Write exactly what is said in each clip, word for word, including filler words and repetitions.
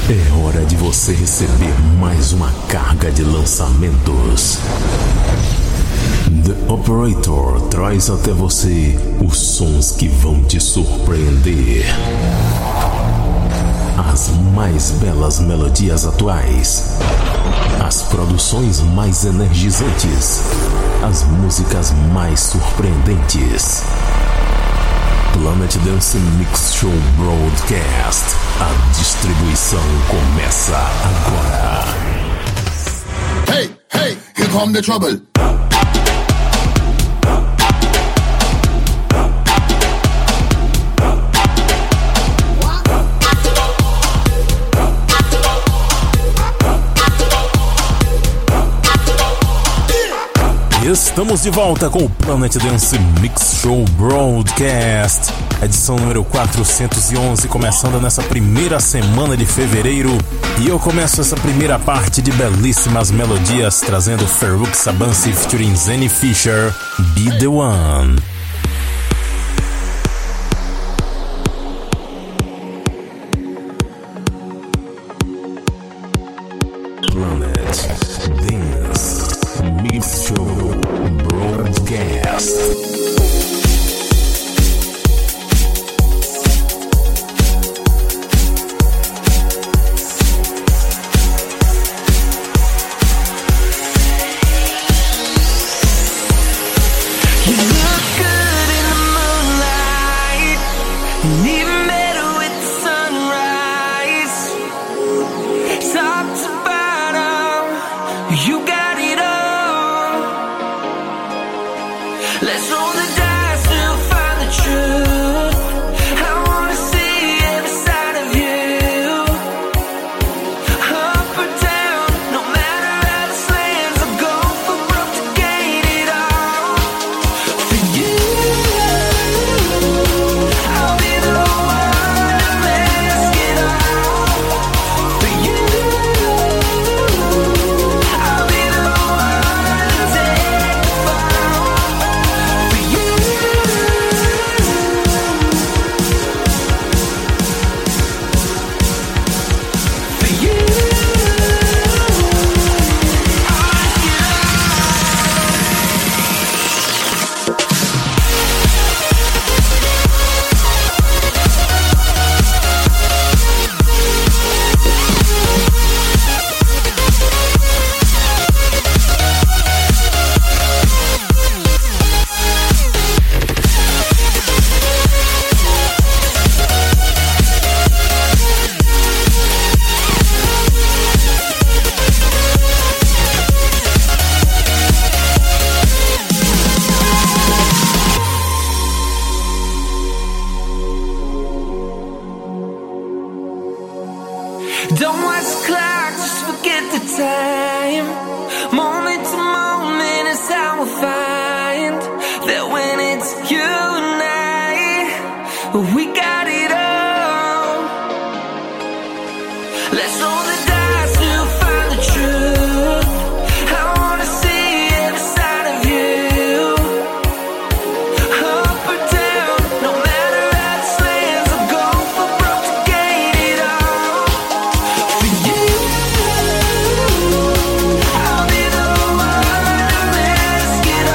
É hora de você receber mais uma carga de lançamentos. The Operator traz até você os sons que vão te surpreender. As mais belas melodias atuais, as produções mais energizantes, as músicas mais surpreendentes. Planet Dance Mix Show Broadcast. A distribuição começa agora. Hey, hey, here come the trouble. Estamos de volta com o Planet Dance Mix Show Broadcast, edição número quatrocentos e onze, começando nessa primeira semana de fevereiro. E eu começo essa primeira parte de belíssimas melodias, trazendo Farouk Sabansi featuring Zenny Fisher, Be The One. Planet Dance Mix Show Broadcast. Don't watch the clock, just forget the time. Moment to moment is how we'll find that when it's you and I, we got it all. Let's roll the dice, we'll find the truth. I wanna see every side of you, up or down, no matter how the slams will go for broke to gain it all. For you, I'll be the one to mask it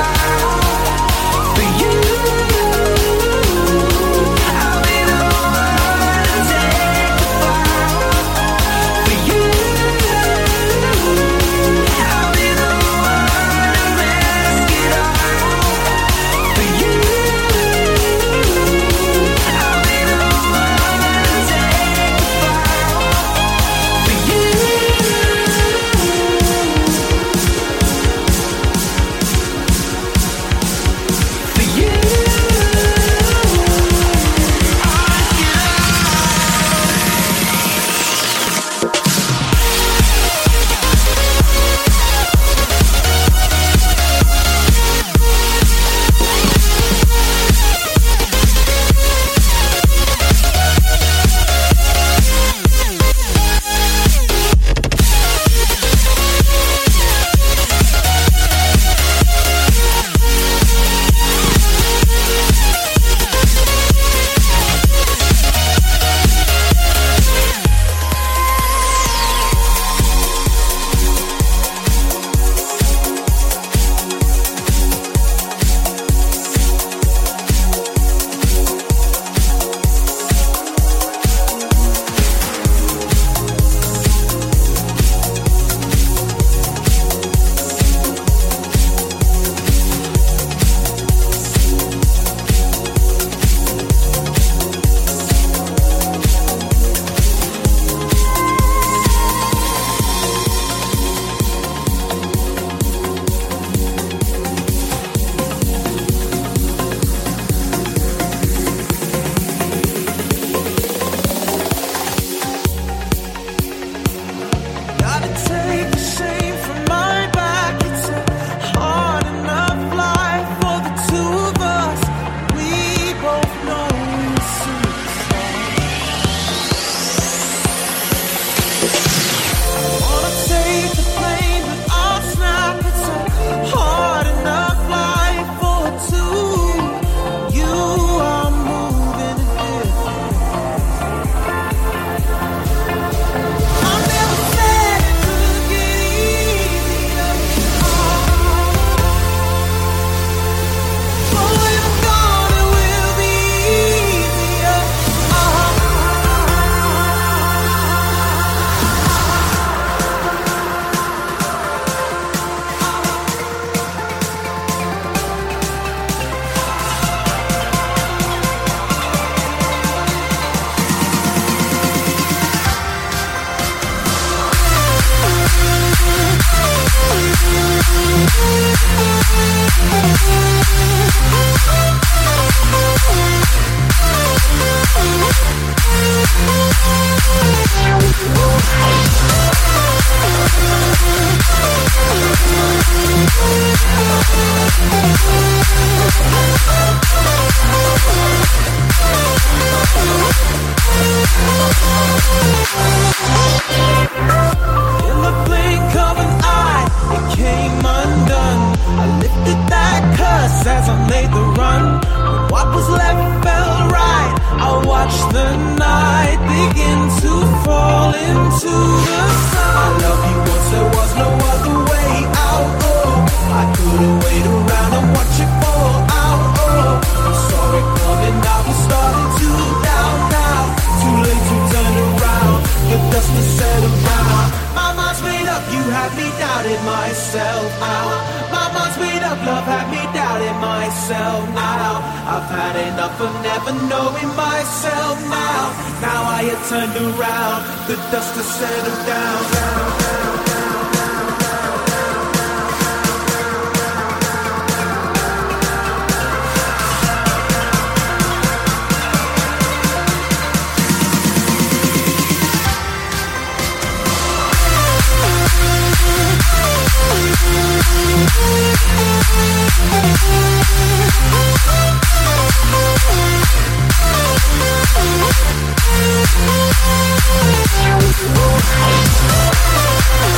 watch the night begin to fall into the sun. I love you once, there was no other way out. Oh, I couldn't wait around and watch it fall out. Oh, I saw it coming, now we're starting to down now. Too late to turn around, the dust has settled down. My mind's made up, you had me doubting myself now. My mind's made up, love had me doubting myself now. I've had enough of never knowing myself now. Now I have turned around, the dust has settled down, down, down, down. Oh,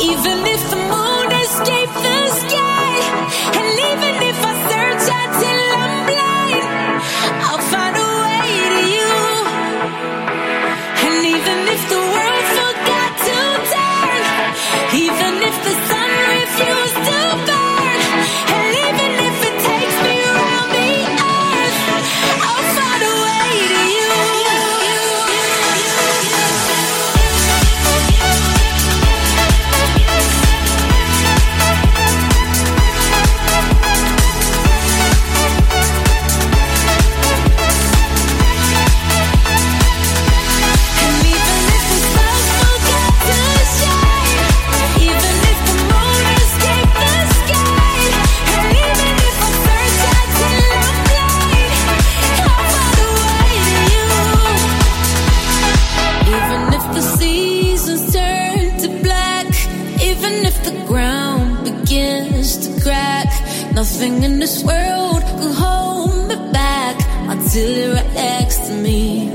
Even if the moon escaped the sky, and even if I search out till I'm blind, I'll find a way to you. And even if the world forgot to turn, even if the sun refused to burn, and even if it takes me around the earth, I'll find a way to you. Nothing in this world could hold me back until you're right next to me.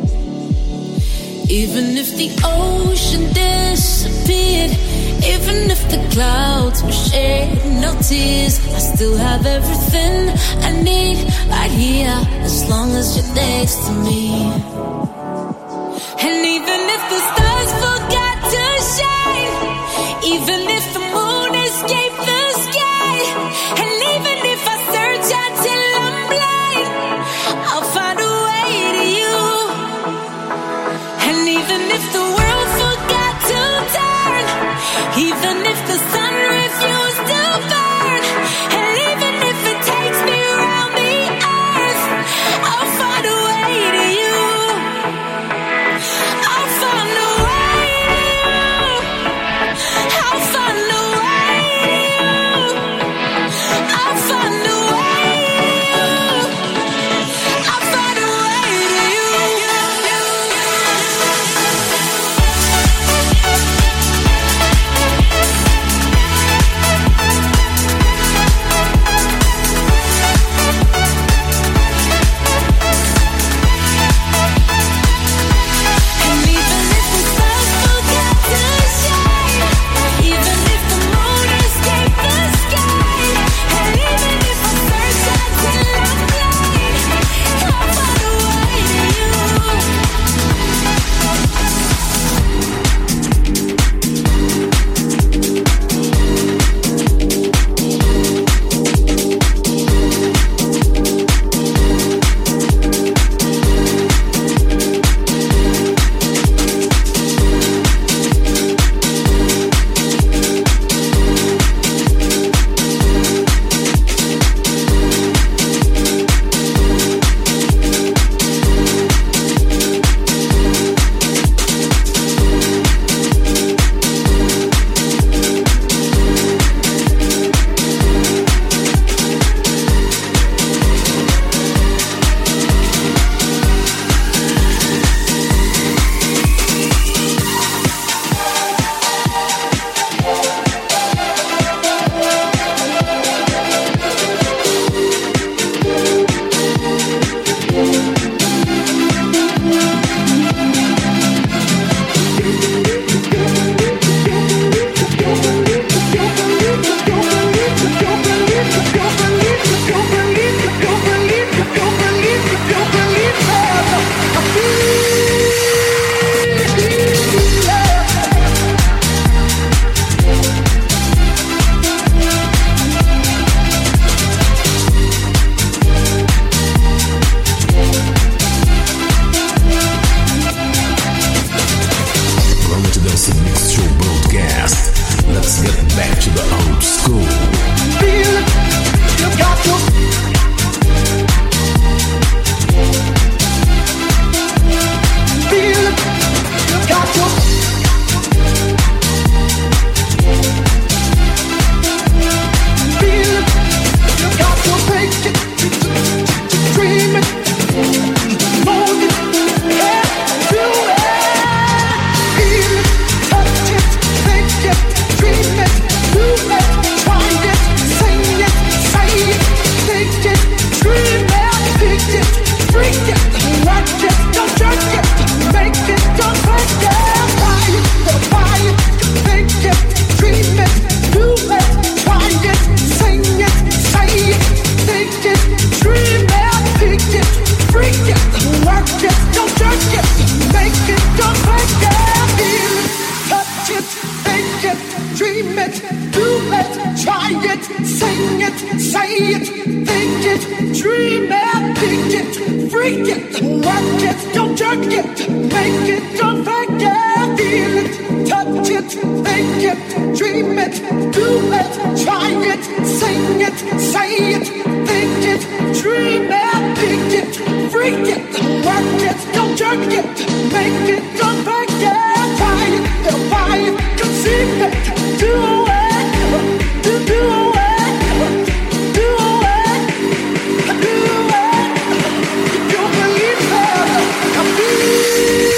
Even if the ocean disappeared, even if the clouds were shedding no tears, I still have everything I need right here, as long as you're next to me. And even if the stars forgot to shine, even if the moon escaped the sky, and even if I search out till I'm blind, I'll find a way to you. And even if the world forgot to turn, even if the sun refused to burn, and even if it takes me around the earth, I'll find a way to you. I'll find a way to you. I'll find a way to you. I'll find a way to you. I'll find a way to you. And even if the stars forgot to shine, even if the moon escaped the sky, and even if I search out till I'm blind, I'll find a way to you. Welcome to the Mix Show broadcast. Let's get back to the old school. Feel it, you got to. Feel it, you got to. Feel it, you got to make it, dream it, mold it, yeah, do it. Feel it, touch it, think it, dream it, do it, find it, say think it, dream it, do it, try it, sing it, say it, think it, dream it, think it, freak it, work it, don't jerk it, make it, don't fake it, feel it, touch it, think it, dream it, do it, try it, sing it, say it, think it, dream it, think it, freak it, work it, don't jerk it, make it, don't fake it, try it, defy it, conceive it, do it, do do it, do it, do it, you believe it, I feel it.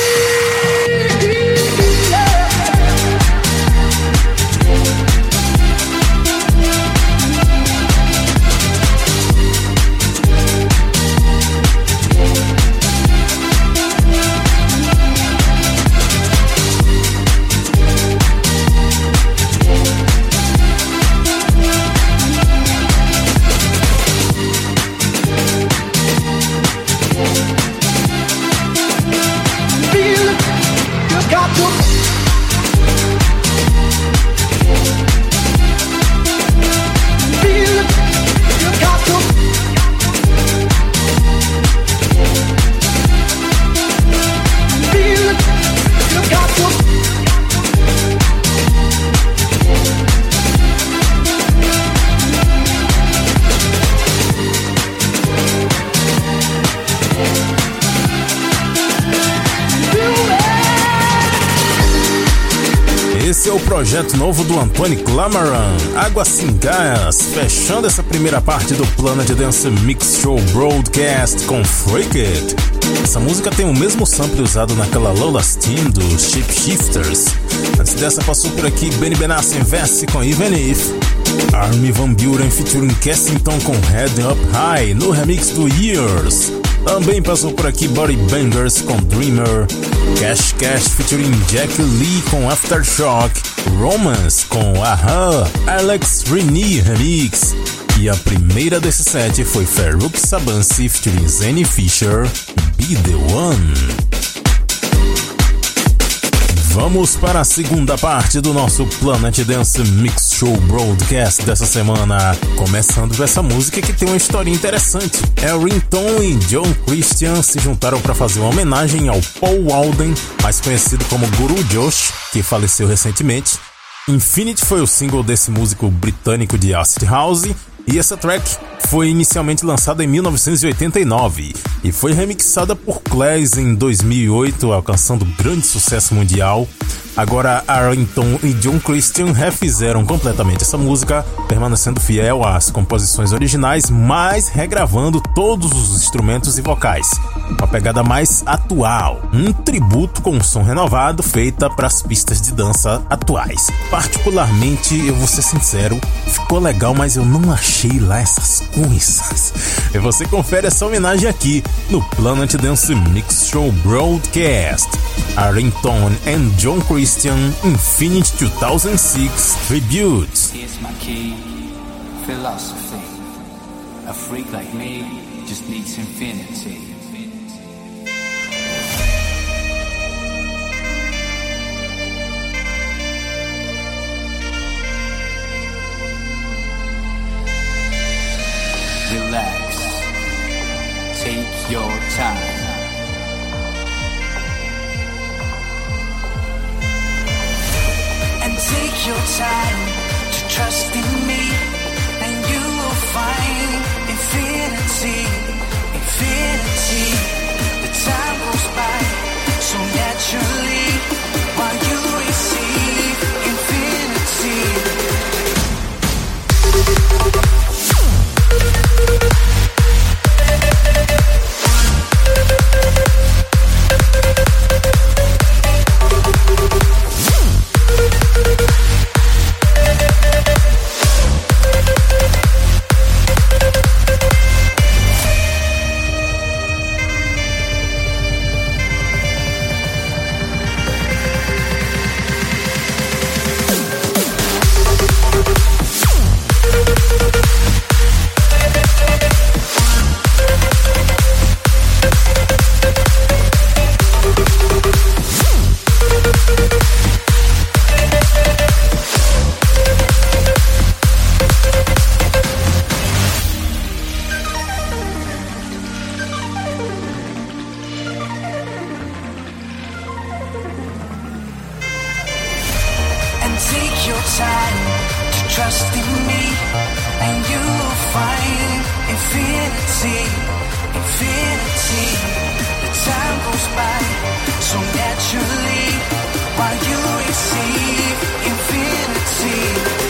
Esse é o projeto novo do Antoine Clamaran, Água Sem Gás, fechando essa primeira parte do Planet Dance Mix Show Broadcast com Freak It. Essa música tem o mesmo sample usado naquela Lola's Team dos Shapeshifters. Antes dessa passou por aqui Benny Benassi Invest com Even If, Armin van Buuren featuring Kensington com Head Up High no remix do Years. Também passou por aqui Body Bangers com Dreamer, Cash Cash featuring Jack Lee com Aftershock, Romance com Aha, Alex Renee Remix. E a primeira desse set foi Farouk Sabansi featuring Zane Fisher, Be The One. Vamos para a segunda parte do nosso Planet Dance Mix Show Broadcast dessa semana, começando com essa música que tem uma história interessante. Ellington e John Christian se juntaram para fazer uma homenagem ao Paul Walden, mais conhecido como Guru Josh, que faleceu recentemente. Infinity foi o single desse músico britânico de acid house, e essa track foi inicialmente lançada em mil novecentos e oitenta e nove e foi remixada por Claes em dois mil e oito, alcançando grande sucesso mundial. Agora Ellington e John Christian refizeram completamente essa música, permanecendo fiel às composições originais, mas regravando todos os instrumentos e vocais, uma pegada mais atual, um tributo com um som renovado feita para as pistas de dança atuais. Particularmente, eu vou ser sincero, ficou legal, mas eu não achei lá essas coisas. E você confere essa homenagem aqui no Planet Dance Mix Show Broadcast. Ellington and John Christian, Infinity two thousand six Tribute. Here's my key, philosophy. A freak like me just needs infinity. Relax, take your time. And take your time to trust in me, and you will find infinity, infinity. The time goes by so naturally while you receive infinity. trust in me, and you'll find infinity, infinity. The time goes by so naturally while you receive infinity.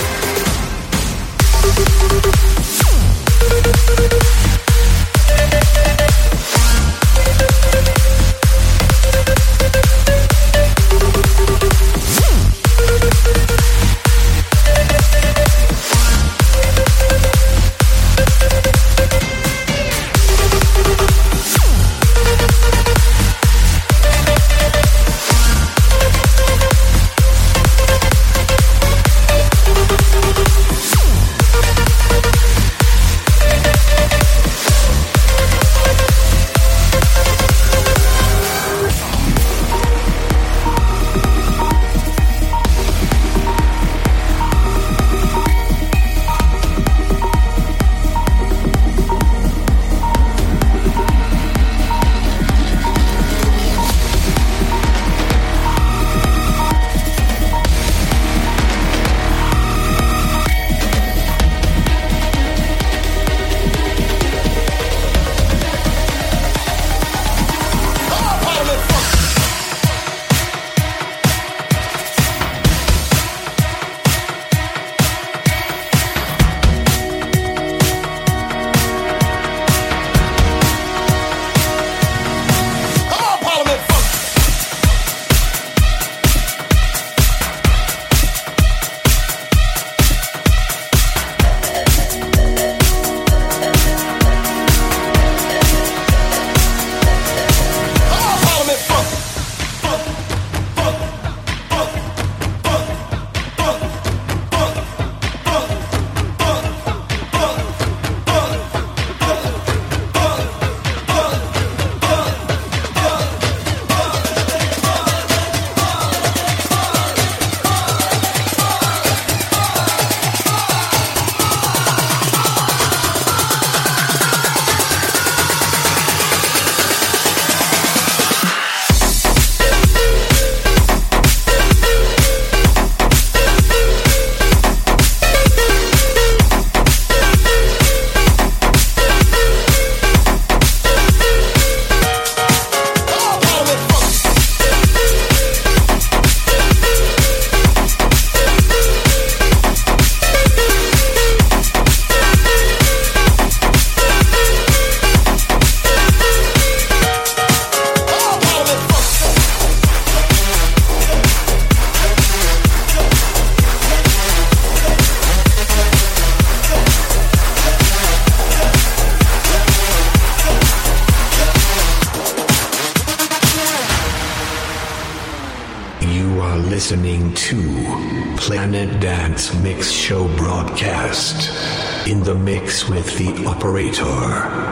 Listening to Planet Dance Mix Show broadcast in the mix with the operator.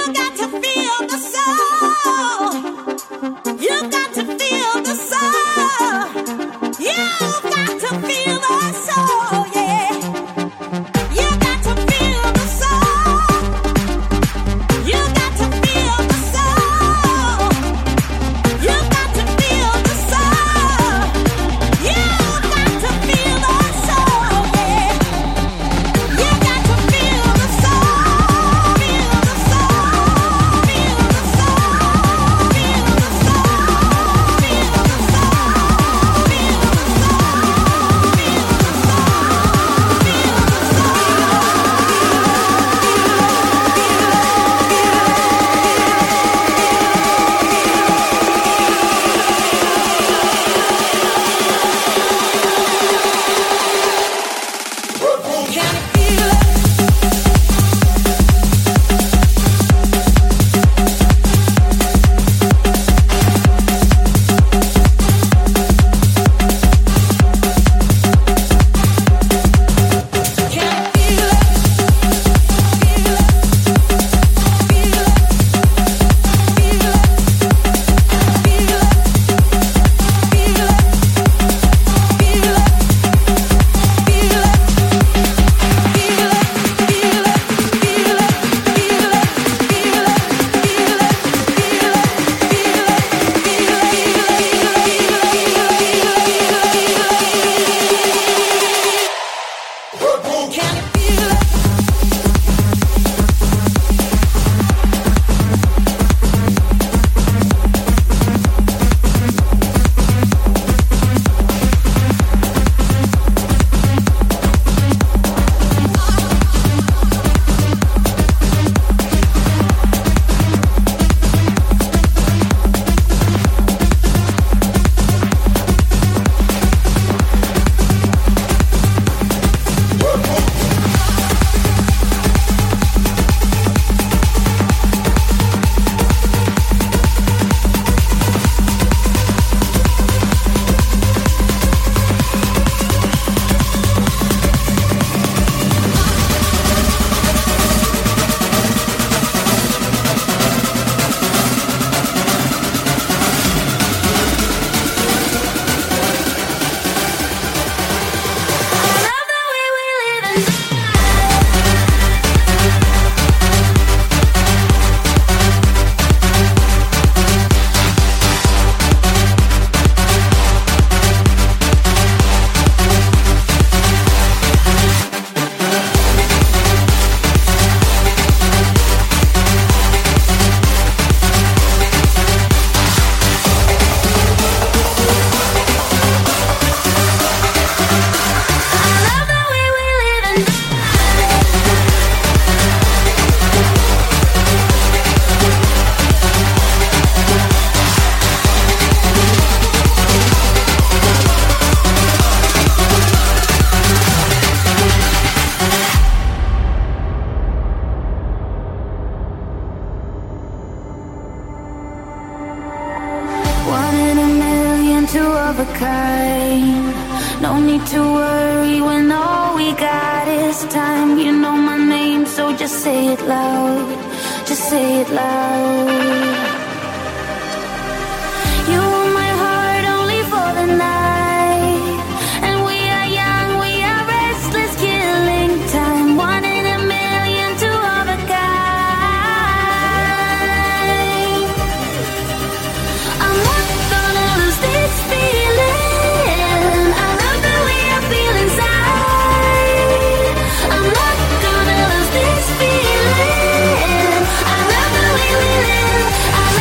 two of a kind. No need to worry when all we got is time. You know my name, so just say it loud. Just say it loud. You want my heart only for the night. And we are young, we are restless, killing time. One in a million, two of a kind. I'm not gonna lose this feeling. I love the way I feel inside. I'm not gonna lose this feeling. I love the way we live. I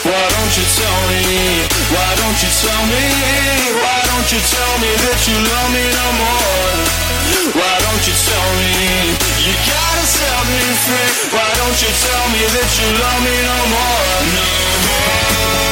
Why don't you tell me? Why don't you tell me? Why don't you tell me that you love me no more? Why don't you tell me? You gotta set me free. Why don't you tell me that you love me no more? No more.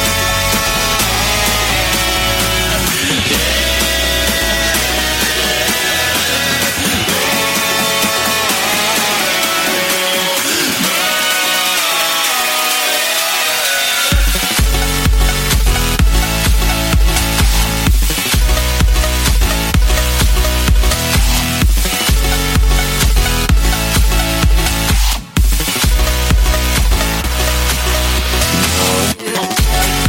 No.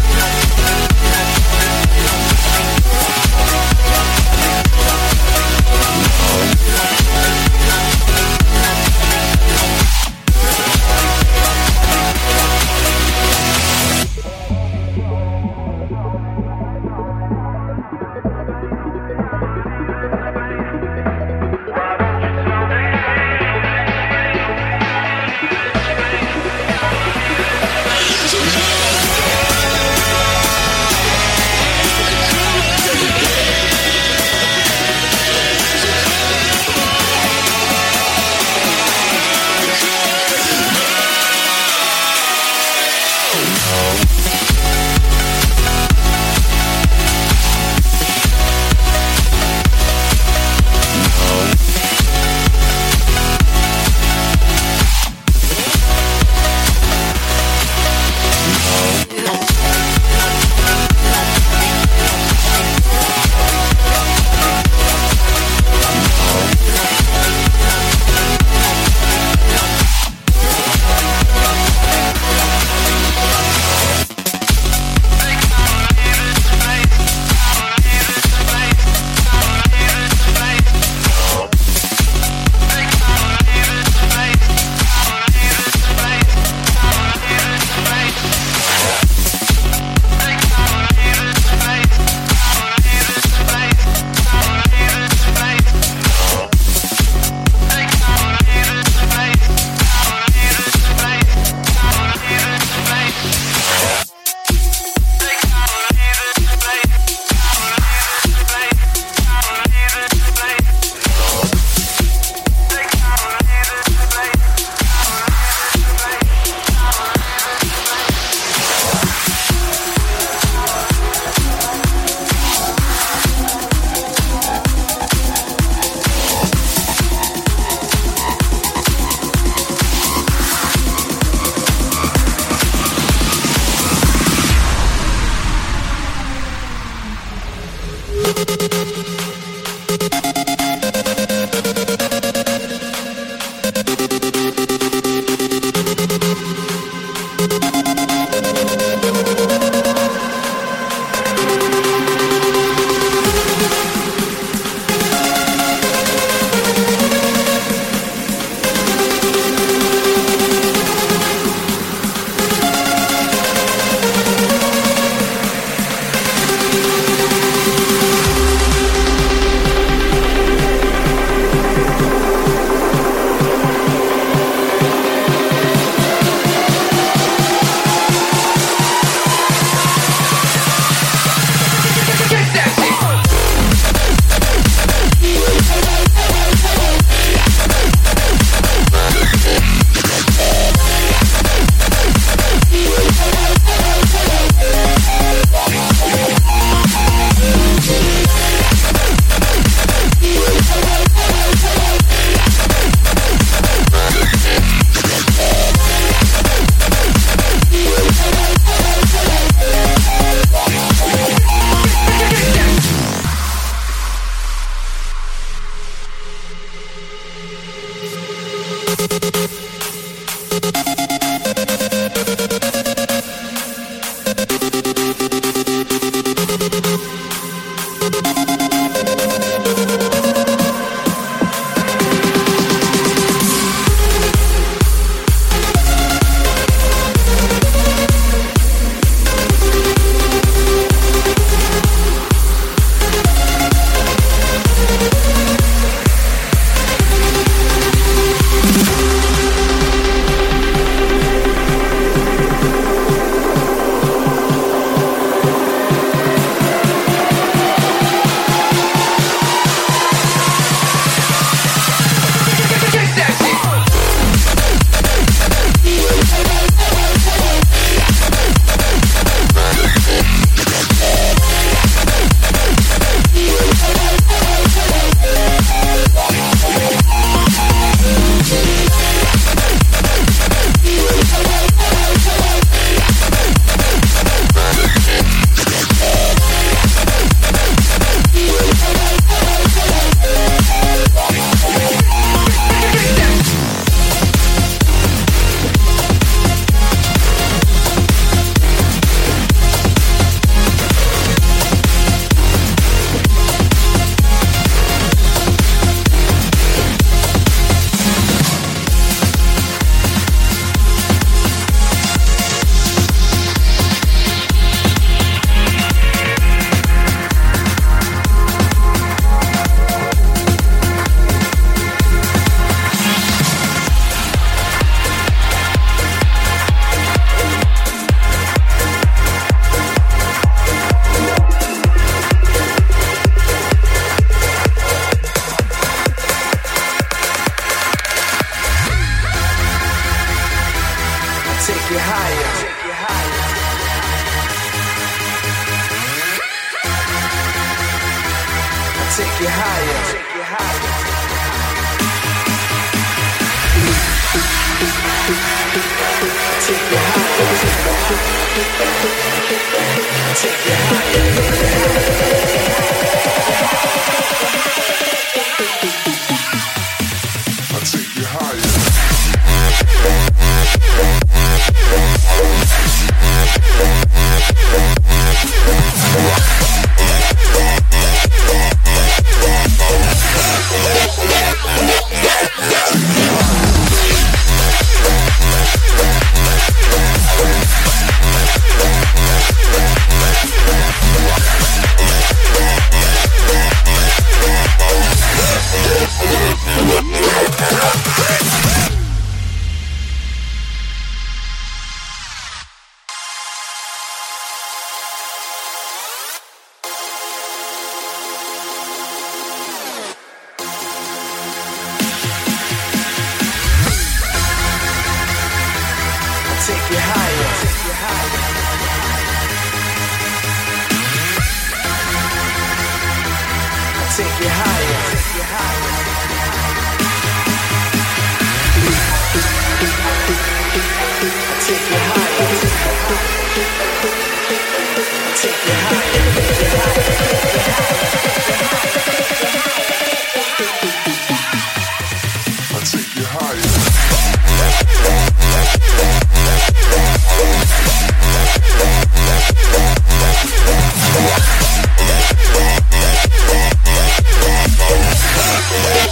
take you higher. Take you higher. I take you higher. Take you higher. Take you higher. Take you higher. I take you higher. Take you higher, take you higher. I take you higher, take you higher. I take you higher, take you higher. I take you higher. Yeah.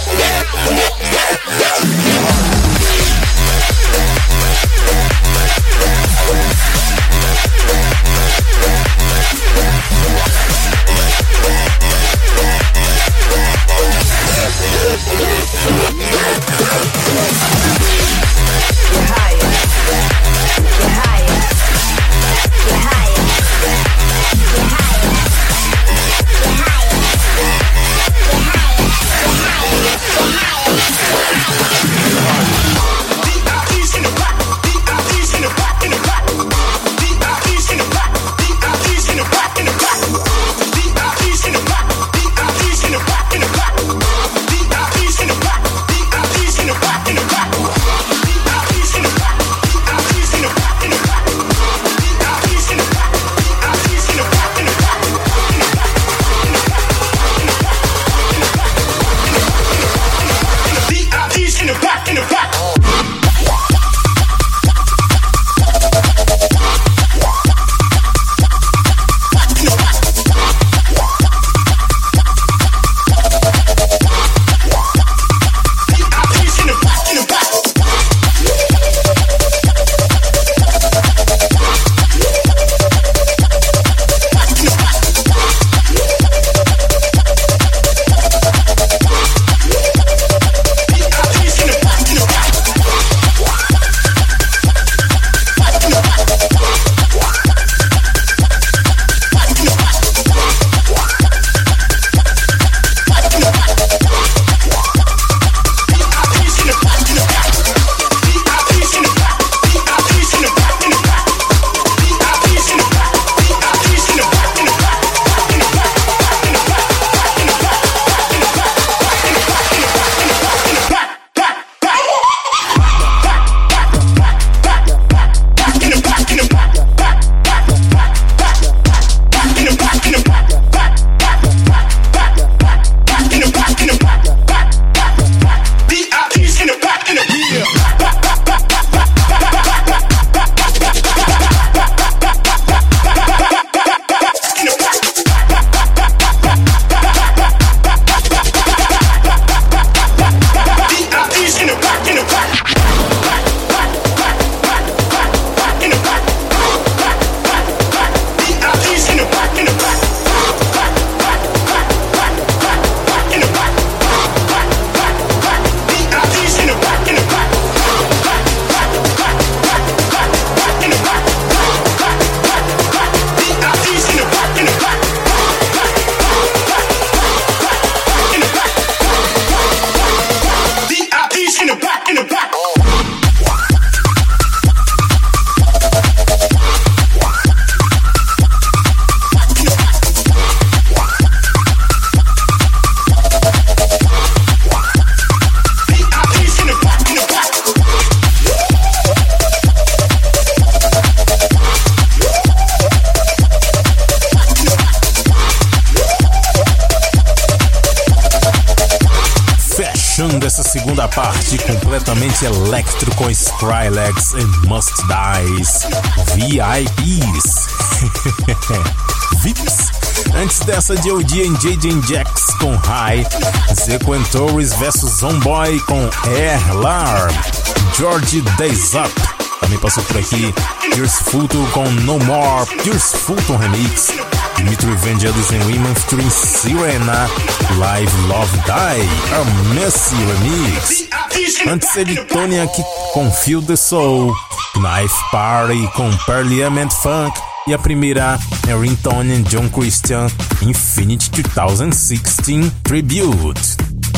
segunda parte completamente electro com Skrillex e Must Dies, V I Ps. V I Ps. Antes dessa, D O D e J J Jax com High, Sequentories versus Zomboy com Air Larm, George Days Up. Também passou por aqui Pierce Fulton com No More, Pierce Fulton Remix, Dimitri Vangelis and Women featuring Sirena, Live Love Die, a Messy Remix. Antes, Editonia com Feel the Soul, Knife Party com Parliament Funk, e a primeira é Ringtone and John Christian, Infinity dois mil e dezesseis Tribute.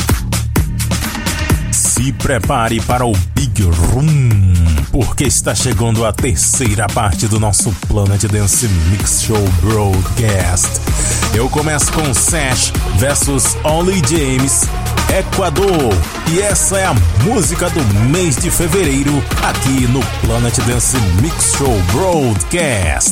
Se prepare para o Big Room, porque está chegando a terceira parte do nosso Planet Dance Mix Show Broadcast. Eu começo com Sash versus Ollie James, Equador, e essa é a música do mês de fevereiro aqui no Planet Dance Mix Show Broadcast.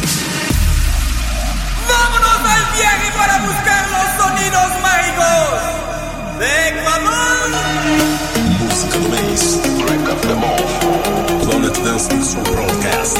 ¡Vámonos al viaje para buscar los sonidos mágicos de Ecuador! Música do mês, Track of the Month, Planet Dance Mix Show Broadcast.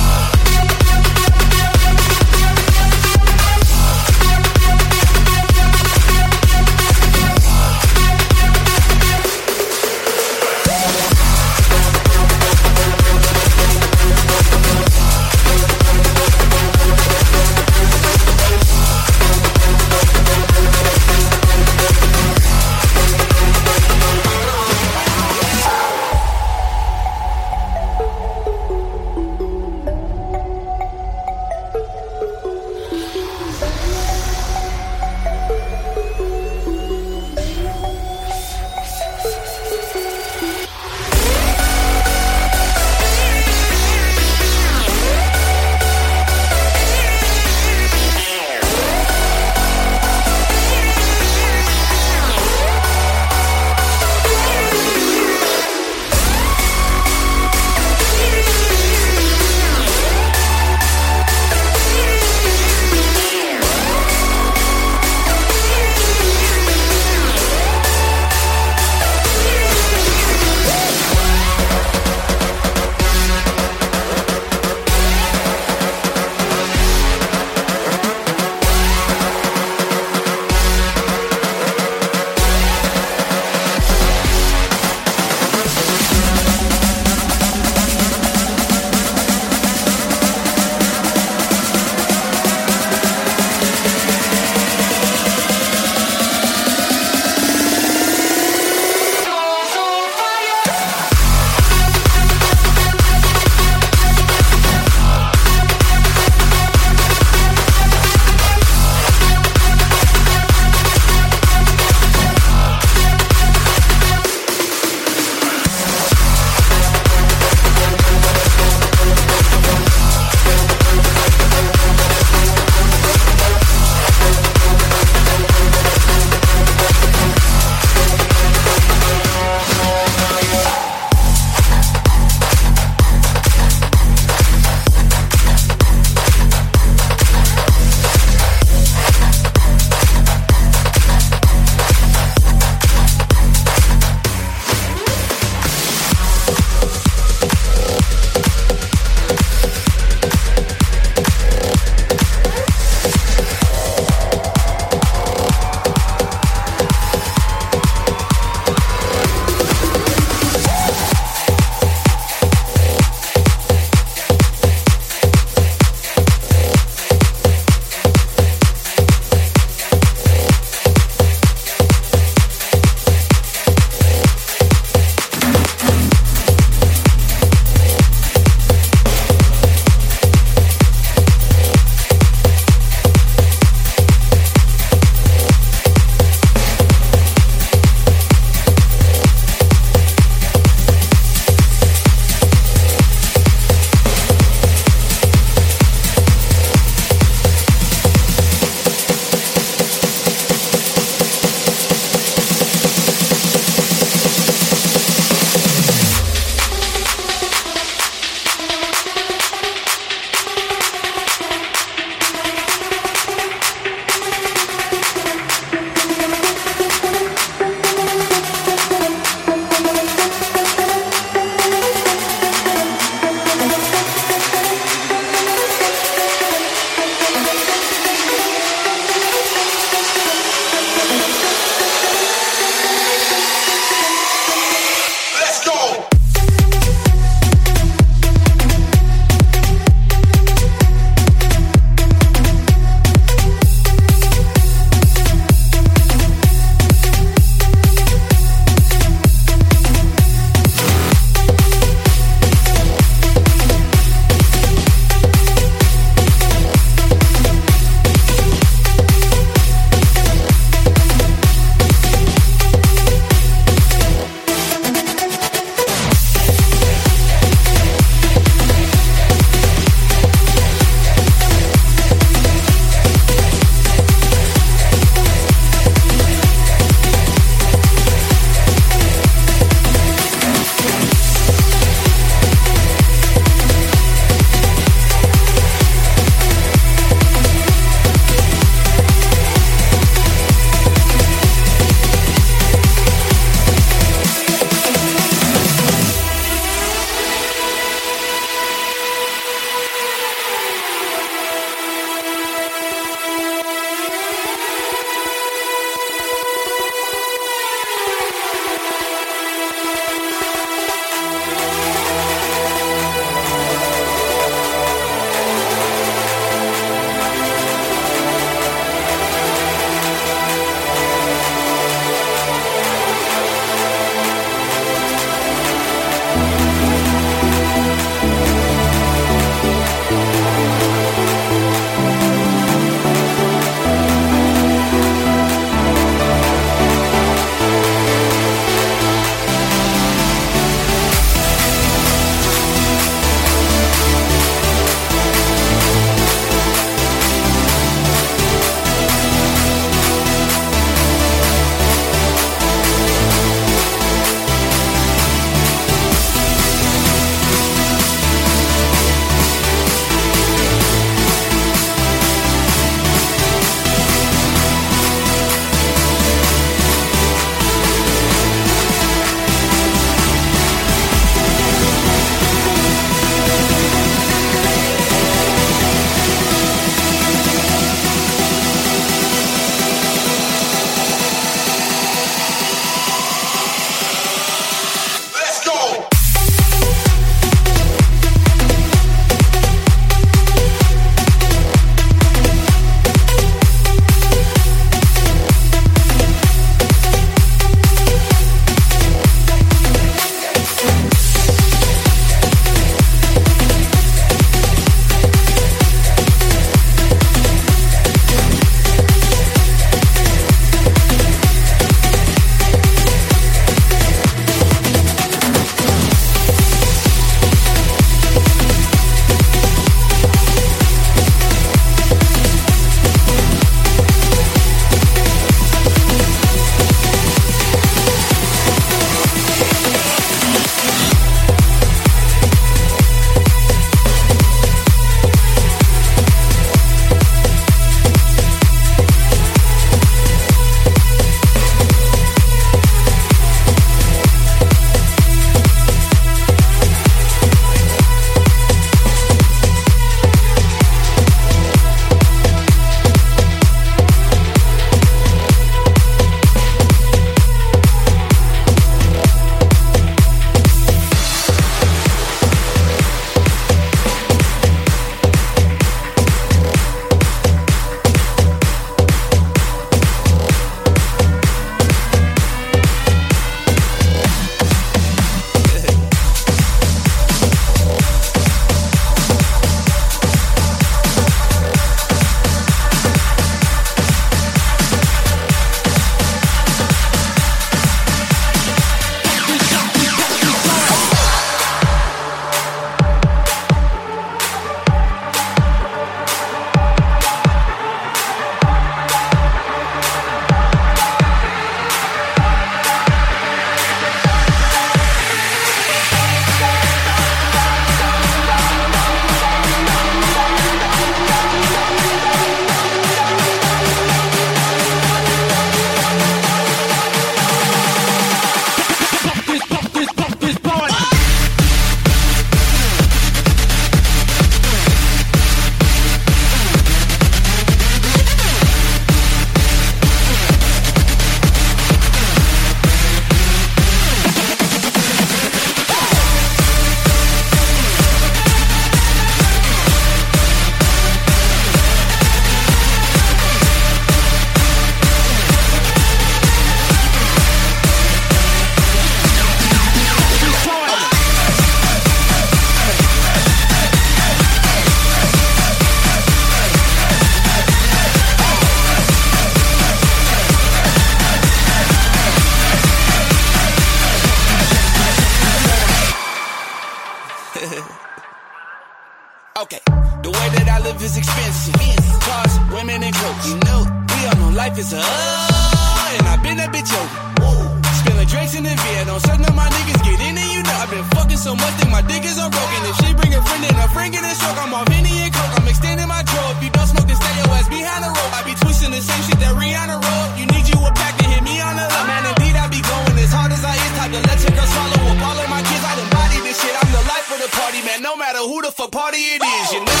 way that I live is expensive. Cars, women, and clothes. You know, we all know life is a uh, and I've been that bitch over. Spilling drinks in the Viet, on certain of my niggas get in and you know I've been fucking so much that my dick is unbroken. If she bring a friend in, a friend get a stroke, I'm off Henny and Coke, I'm extending my draw. If you don't smoke, then stay your ass behind the rope. I be twisting the same shit that Rihanna wrote. You need you a pack to hit me on the low. Man, indeed I be going as hard as I is. Type to let her swallow up all of my kids. I done body this shit. I'm the life of the party, man. No matter who the fuck party it is, you know.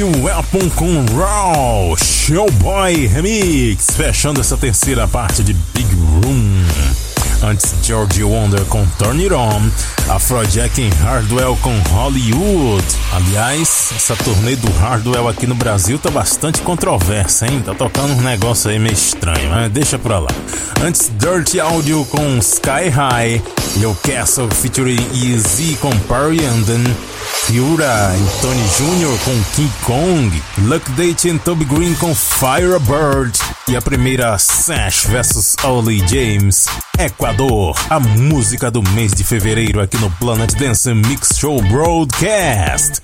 Weapon com Raw, Showboy Remix, fechando essa terceira parte de Big Room. Antes, George Wonder com Turn It On, Afrojack e Hardwell com Hollywood. Aliás, essa turnê do Hardwell aqui no Brasil tá bastante controversa, hein? Tá tocando um negócio aí meio estranho, mas deixa pra lá. Antes, Dirty Audio com Sky High, Lil Castle featuring Easy com Perry Anden, Fiura e Tony Júnior com King Kong, Luck Date e Toby Green com Firebird, e a primeira Sash versus Ollie James, Equador, a música do mês de fevereiro aqui no Planet Dance Mix Show Broadcast.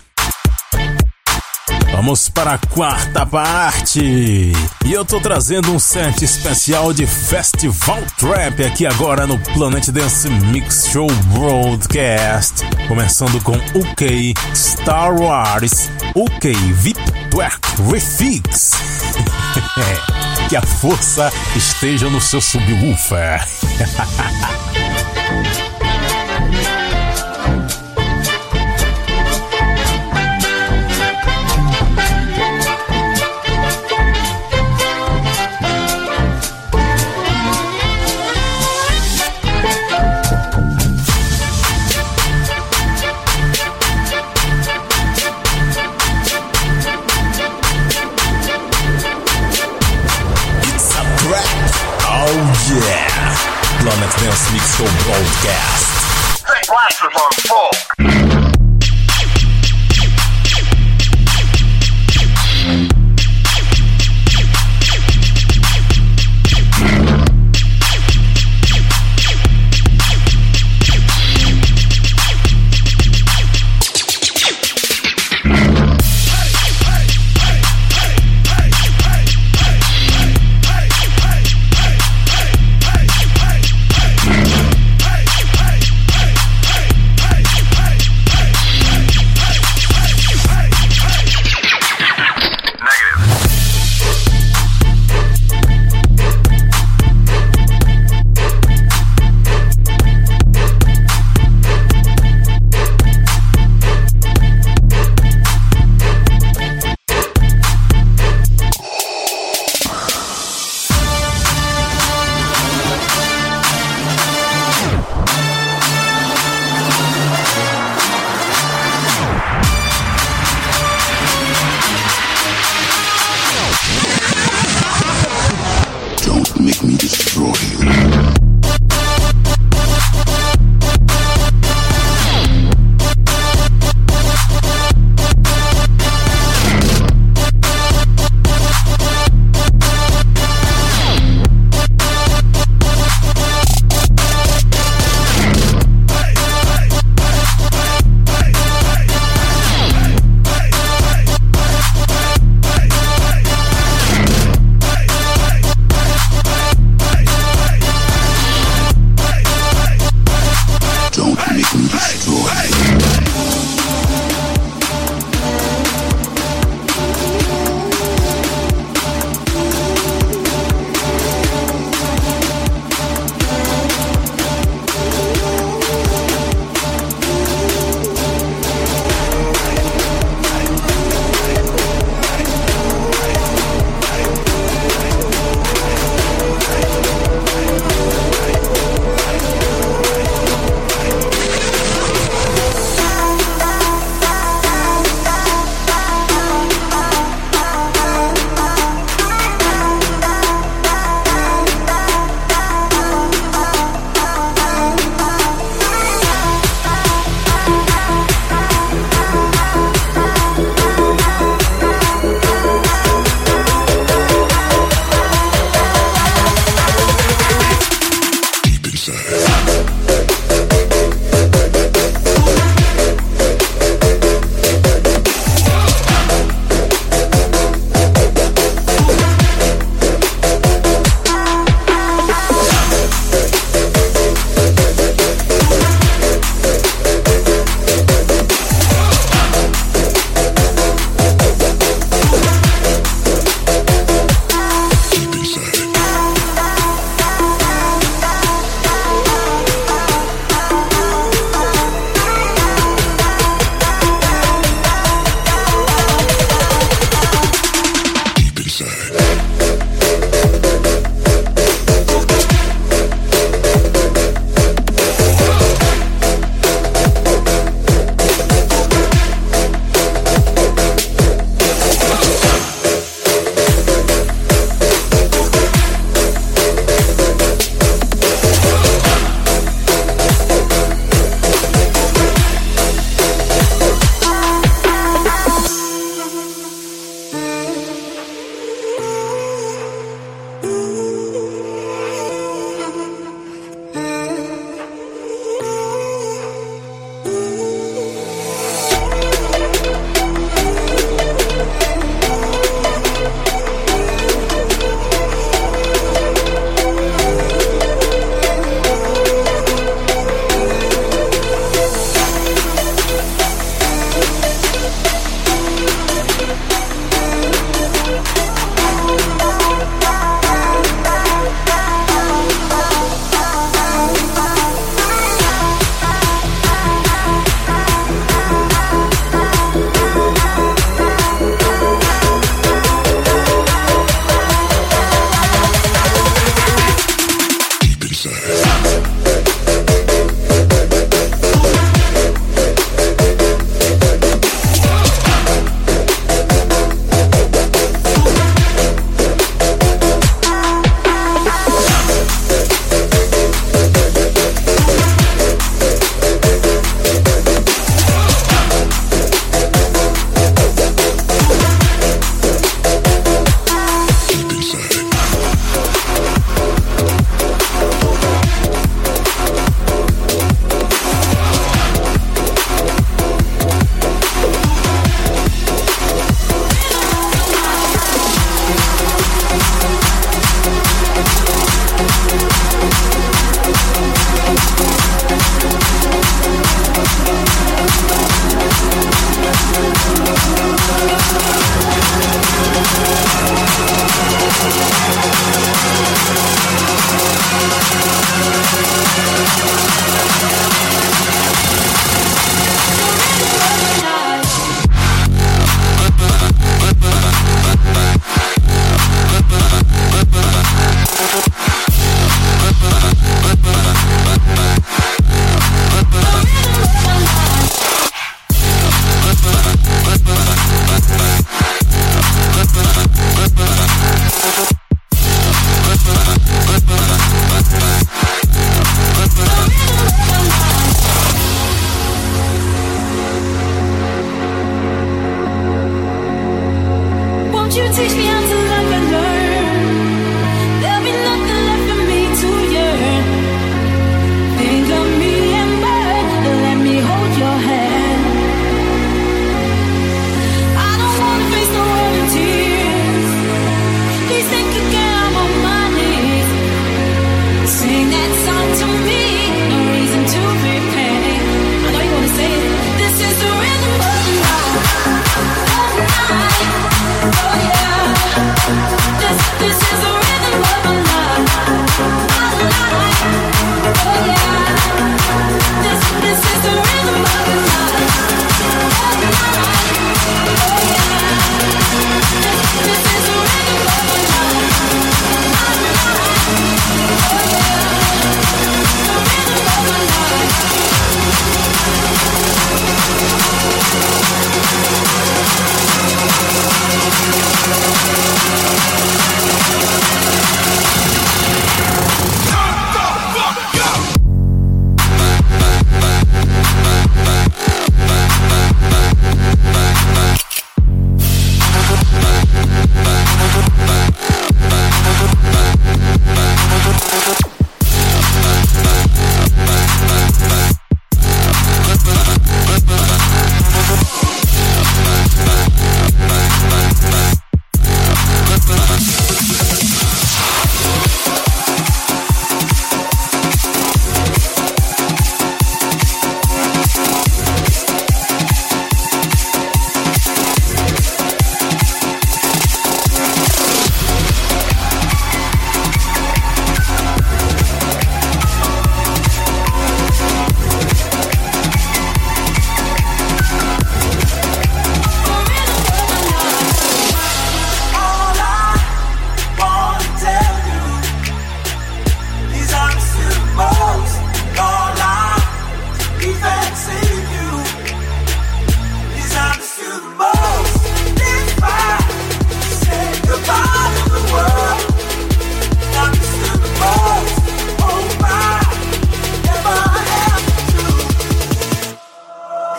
Vamos para a quarta parte, e eu tô trazendo um set especial de Festival Trap aqui agora no Planet Dance Mix Show Broadcast, começando com U K, Star Wars, U K V I P Twerk Refix. Que a força esteja no seu subwoofer. Yeah, Planet Dance Mix Show Broadcast. Think Blasters on full. Hey!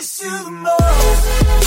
miss you the most.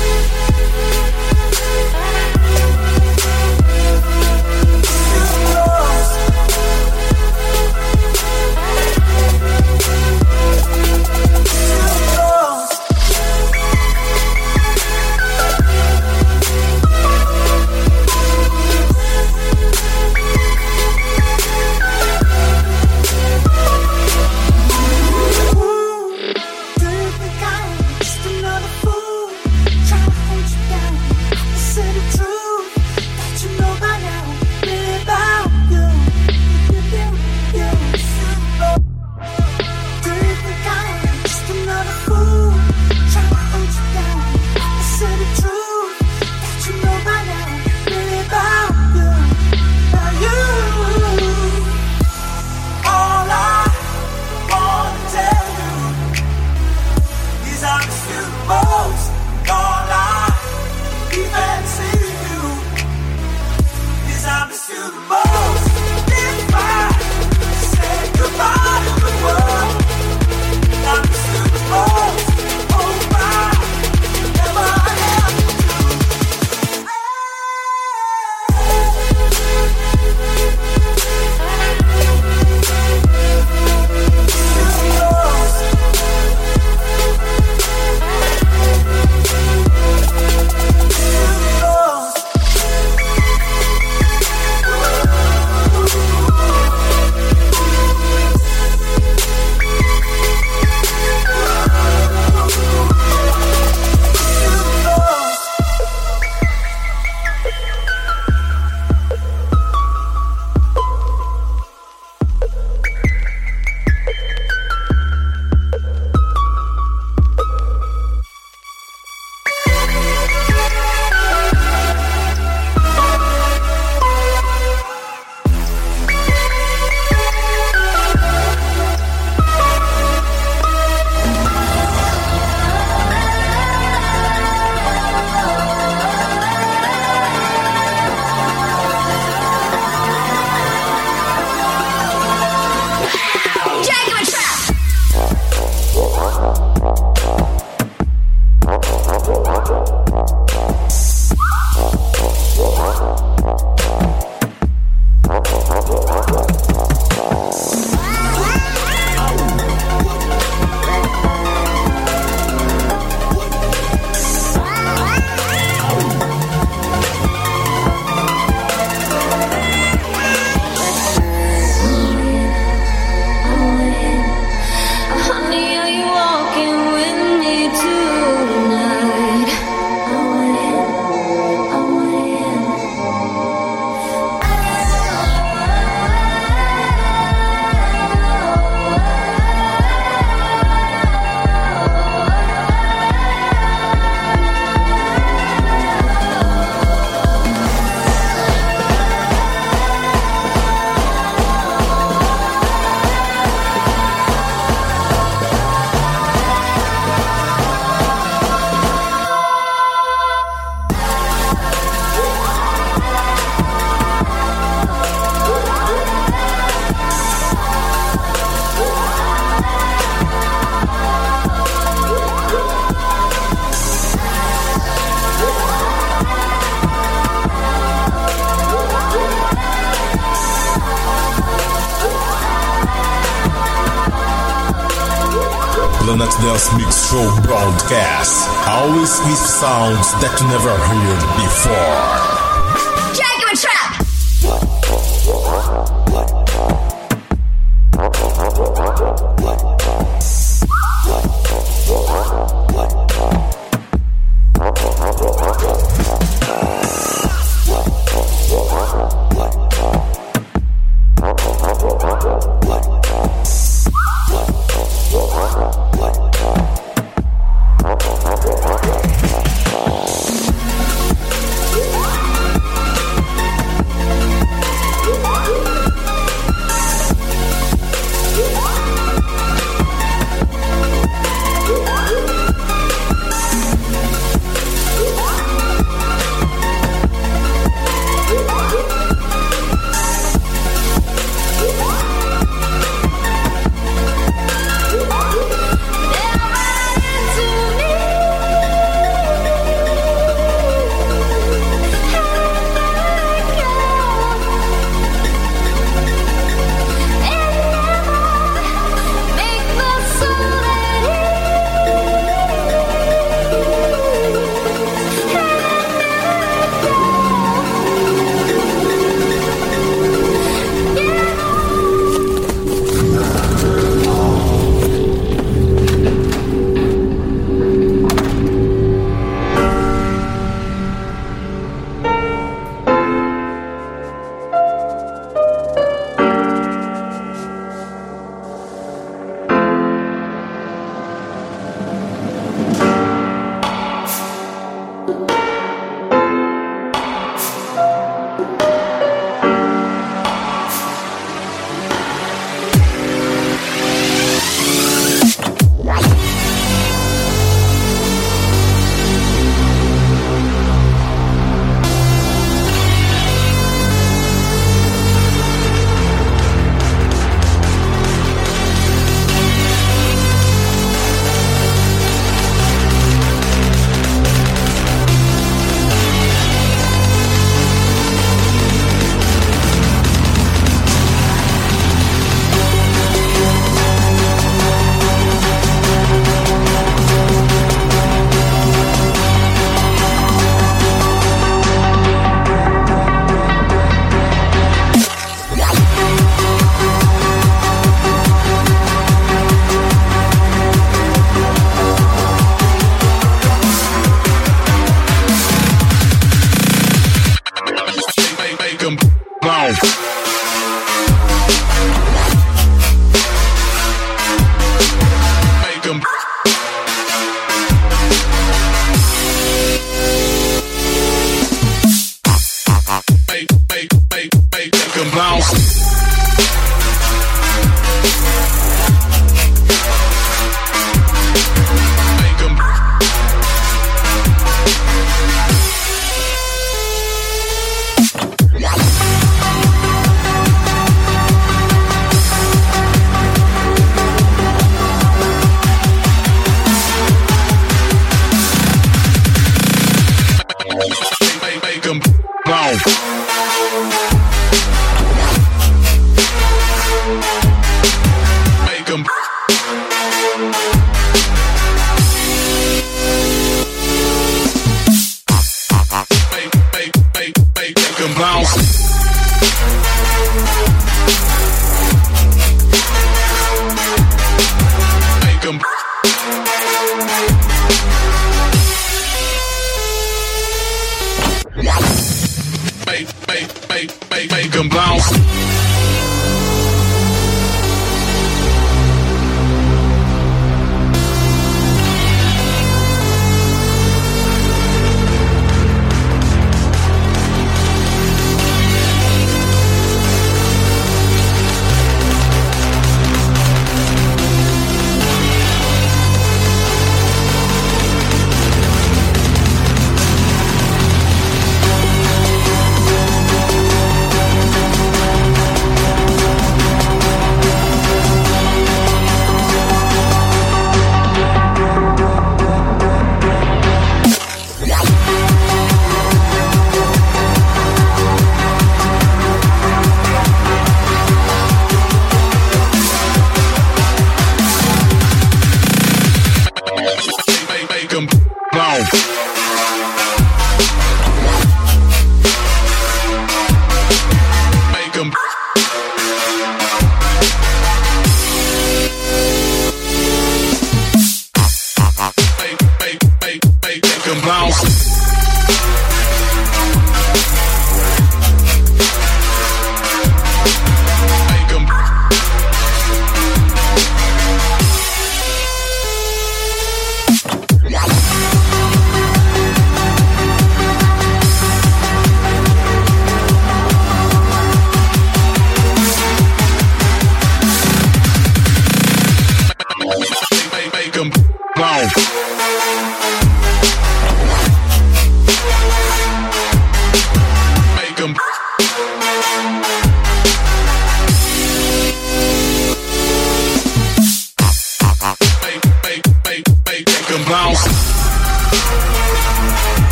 Planet Dance Mix Show broadcast, always with sounds that you never heard before. Jaguar Trap!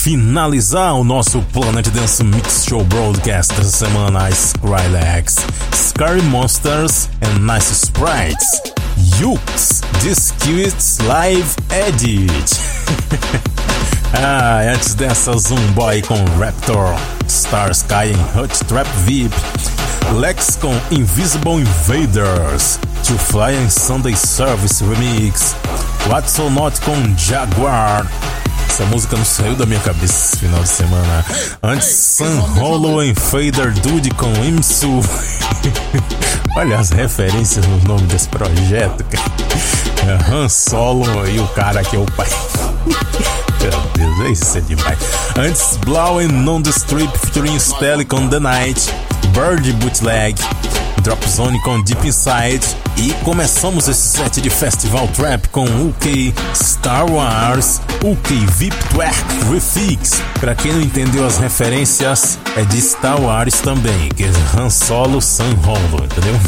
finalizar o nosso Planet Dance Mix Show Broadcast dessa semana, Skrillex, Scary Monsters and Nice Sprites, Yux, Discutes Live Edit. Ah, antes dessa, Zumboy com Raptor, Star Sky em Hot Trap V I P, Lex com Invisible Invaders, To Fly em Sunday Service Remix, Watson Not com Jaguar. Essa música não saiu da minha cabeça esse final de semana. Antes, Sun Hollow em Fader Dude com Imsu. Olha as referências no nome desse projeto, cara. Han Solo e o cara que é o pai. Meu Deus, isso é demais. Antes, Blau and On The Strip featuring Spelly com The Night, Bird Bootleg, Drop Zone com Deep Inside. E começamos esse set de Festival Trap com U K Star Wars, U K V I P Twerk Refix. Pra quem não entendeu as referências, é de Star Wars também, que é Han Solo, Sun Holo, entendeu?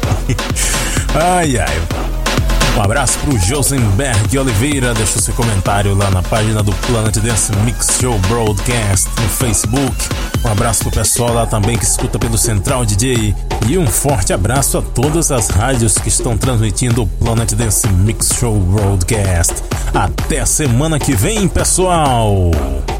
Ai ai. Um abraço pro Josenberg Oliveira, deixa o seu comentário lá na página do Planet Dance Mix Show Broadcast no Facebook. Um abraço pro pessoal lá também que escuta pelo Central D J. E um forte abraço a todas as rádios que estão transmitindo o Planet Dance Mix Show Broadcast. Até a semana que vem, pessoal!